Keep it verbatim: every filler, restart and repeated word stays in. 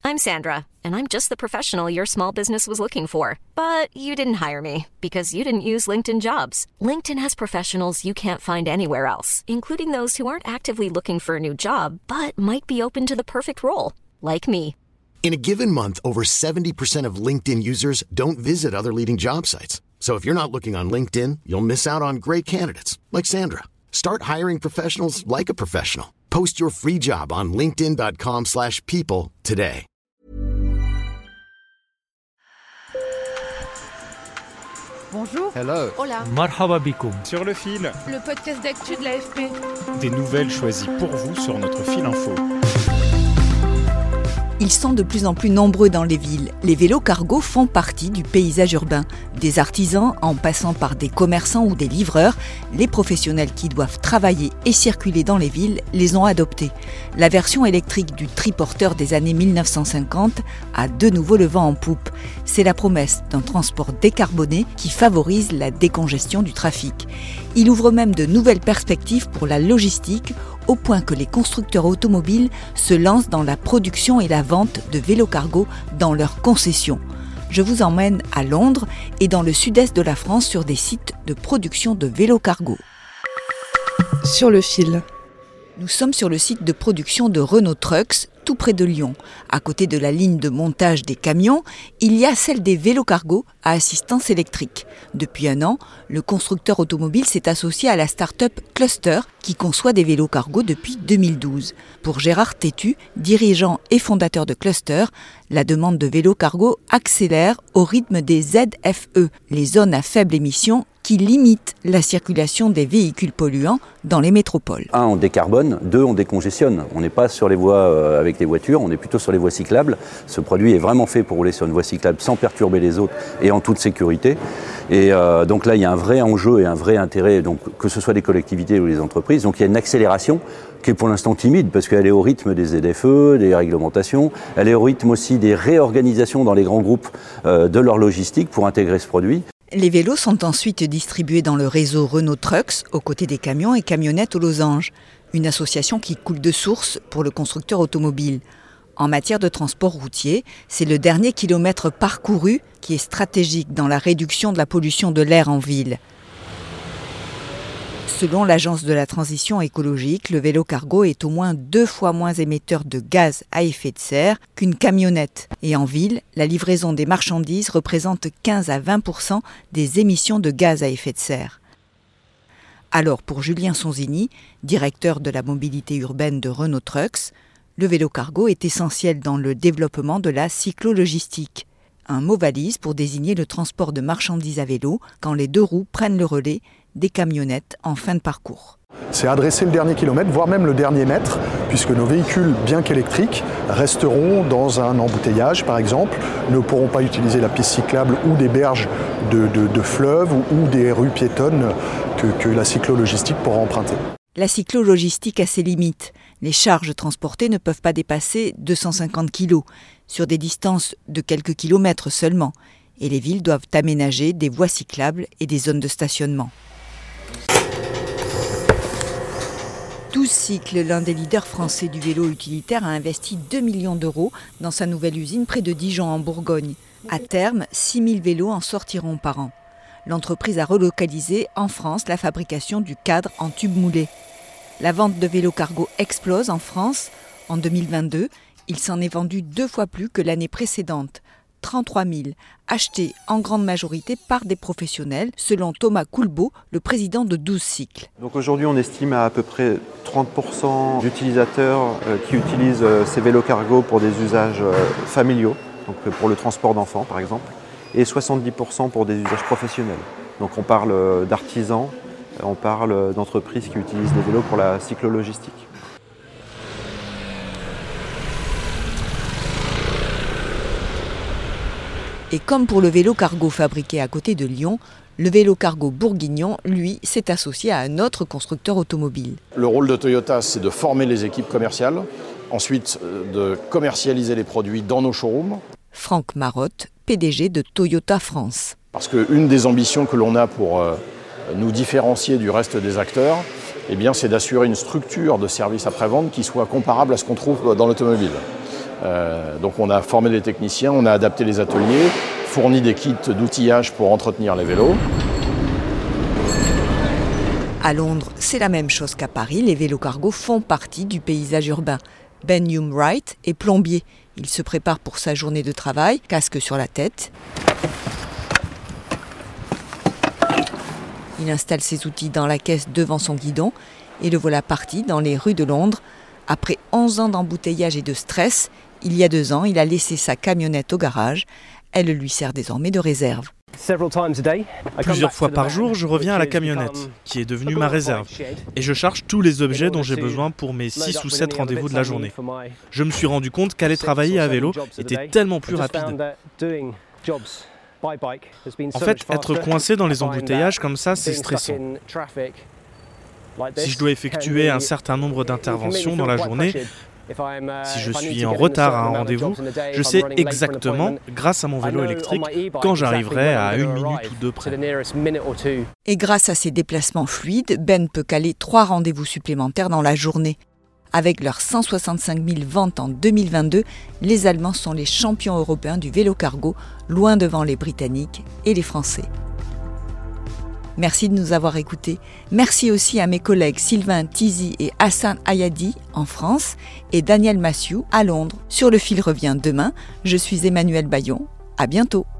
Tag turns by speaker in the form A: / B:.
A: I'm Sandra, and I'm just the professional your small business was looking for. But you didn't hire me because you didn't use LinkedIn Jobs. LinkedIn has professionals you can't find anywhere else, including those who aren't actively looking for a new job, but might be open to the perfect role, like me.
B: In a given month, over seventy percent of LinkedIn users don't visit other leading job sites. So if you're not looking on LinkedIn, you'll miss out on great candidates like Sandra. Start hiring professionals like a professional. Post your free job on linkedin dot com slash people today.
C: Bonjour.
D: Hello.
C: Hola.
E: Marhaba bikoum.
F: Sur le fil.
C: Le podcast d'actu de l'A F P.
F: Des nouvelles choisies pour vous sur notre fil info.
G: Ils sont de plus en plus nombreux dans les villes. Les vélos cargo font partie du paysage urbain. Des artisans, en passant par des commerçants ou des livreurs, les professionnels qui doivent travailler et circuler dans les villes les ont adoptés. La version électrique du triporteur des années mille neuf cent cinquante a de nouveau le vent en poupe. C'est la promesse d'un transport décarboné qui favorise la décongestion du trafic. Il ouvre même de nouvelles perspectives pour la logistique, au point que les constructeurs automobiles se lancent dans la production et la vente de vélos cargo dans leurs concessions. Je vous emmène à Londres et dans le sud-est de la France sur des sites de production de vélos cargo.
C: Sur le fil.
G: Nous sommes sur le site de production de Renault Trucks, tout près de Lyon. À côté de la ligne de montage des camions, il y a celle des vélos cargo à assistance électrique. Depuis un an, le constructeur automobile s'est associé à la start-up Cluster, qui conçoit des vélos cargo depuis deux mille douze. Pour Gérard Tétu, dirigeant et fondateur de Cluster, la demande de vélos cargo accélère au rythme des Z F E, les zones à faible émission, qui limitent la circulation des véhicules polluants dans les métropoles.
H: Un, on décarbone, deux, on décongestionne. On n'est pas sur les voies euh, avec les voitures, on est plutôt sur les voies cyclables. Ce produit est vraiment fait pour rouler sur une voie cyclable sans perturber les autres et en toute sécurité. Et euh, donc là, il y a un vrai enjeu et un vrai intérêt, donc, que ce soit des collectivités ou des entreprises. Donc il y a une accélération qui est pour l'instant timide parce qu'elle est au rythme des Z F E, des réglementations. Elle est au rythme aussi des réorganisations dans les grands groupes euh, de leur logistique pour intégrer ce produit.
G: Les vélos sont ensuite distribués dans le réseau Renault Trucks, aux côtés des camions et camionnettes aux losanges, une association qui coule de source pour le constructeur automobile. En matière de transport routier, c'est le dernier kilomètre parcouru qui est stratégique dans la réduction de la pollution de l'air en ville. Selon l'Agence de la transition écologique, le vélo cargo est au moins deux fois moins émetteur de gaz à effet de serre qu'une camionnette. Et en ville, la livraison des marchandises représente quinze à vingt pour cent des émissions de gaz à effet de serre. Alors pour Julien Sonzini, directeur de la mobilité urbaine de Renault Trucks, le vélo cargo est essentiel dans le développement de la cyclo-logistique. Un mot valise pour désigner le transport de marchandises à vélo quand les deux roues prennent le relais des camionnettes en fin de parcours.
I: C'est adresser le dernier kilomètre, voire même le dernier mètre, puisque nos véhicules, bien qu'électriques, resteront dans un embouteillage, par exemple, ne pourront pas utiliser la piste cyclable ou des berges de, de, de fleuves ou, ou des rues piétonnes que, que la cyclo-logistique pourra emprunter.
G: La cyclo-logistique a ses limites. Les charges transportées ne peuvent pas dépasser deux cent cinquante kilos, sur des distances de quelques kilomètres seulement, et les villes doivent aménager des voies cyclables et des zones de stationnement. douze Cycles, l'un des leaders français du vélo utilitaire, a investi deux millions d'euros dans sa nouvelle usine près de Dijon en Bourgogne. À terme, six mille vélos en sortiront par an. L'entreprise a relocalisé en France la fabrication du cadre en tube moulé. La vente de vélos cargo explose en France. En deux mille vingt-deux, il s'en est vendu deux fois plus que l'année précédente. trente-trois mille, achetés en grande majorité par des professionnels, selon Thomas Coulbeau, le président de douze Cycles.
J: Donc aujourd'hui, on estime à à peu près trente pour cent d'utilisateurs qui utilisent ces vélos cargo pour des usages familiaux, donc pour le transport d'enfants par exemple, et soixante-dix pour cent pour des usages professionnels. Donc on parle d'artisans, on parle d'entreprises qui utilisent des vélos pour la cyclo-logistique.
G: Et comme pour le vélo cargo fabriqué à côté de Lyon, le vélo cargo bourguignon, lui, s'est associé à un autre constructeur automobile.
K: Le rôle de Toyota, c'est de former les équipes commerciales, ensuite de commercialiser les produits dans nos showrooms.
G: Franck Marotte, P D G de Toyota France.
K: Parce qu'une des ambitions que l'on a pour euh, nous différencier du reste des acteurs, eh bien, c'est d'assurer une structure de service après-vente qui soit comparable à ce qu'on trouve dans l'automobile. Euh, donc on a formé les techniciens, on a adapté les ateliers, fourni des kits d'outillage pour entretenir les vélos.
G: À Londres, c'est la même chose qu'à Paris, les vélos cargo font partie du paysage urbain. Ben Hume-Wright est plombier. Il se prépare pour sa journée de travail, casque sur la tête. Il installe ses outils dans la caisse devant son guidon et le voilà parti dans les rues de Londres. Après onze ans d'embouteillage et de stress, il y a deux ans, il a laissé sa camionnette au garage. Elle lui sert désormais de réserve.
D: Plusieurs fois par jour, je reviens à la camionnette, qui est devenue ma réserve, et je charge tous les objets dont j'ai besoin pour mes six ou sept rendez-vous de la journée. Je me suis rendu compte qu'aller travailler à vélo était tellement plus rapide. En fait, être coincé dans les embouteillages comme ça, c'est stressant. Si je dois effectuer un certain nombre d'interventions dans la journée, si je suis en retard à un rendez-vous, je sais exactement, grâce à mon vélo électrique, quand j'arriverai à une minute ou deux près.
G: Et grâce à ces déplacements fluides, Ben peut caler trois rendez-vous supplémentaires dans la journée. Avec leurs cent soixante-cinq mille ventes en deux mille vingt-deux, les Allemands sont les champions européens du vélo cargo, loin devant les Britanniques et les Français. Merci de nous avoir écoutés. Merci aussi à mes collègues Sylvain Tizi et Hassan Ayadi en France et Daniel Massiou à Londres. Sur le fil revient demain. Je suis Emmanuel Bayon. À bientôt.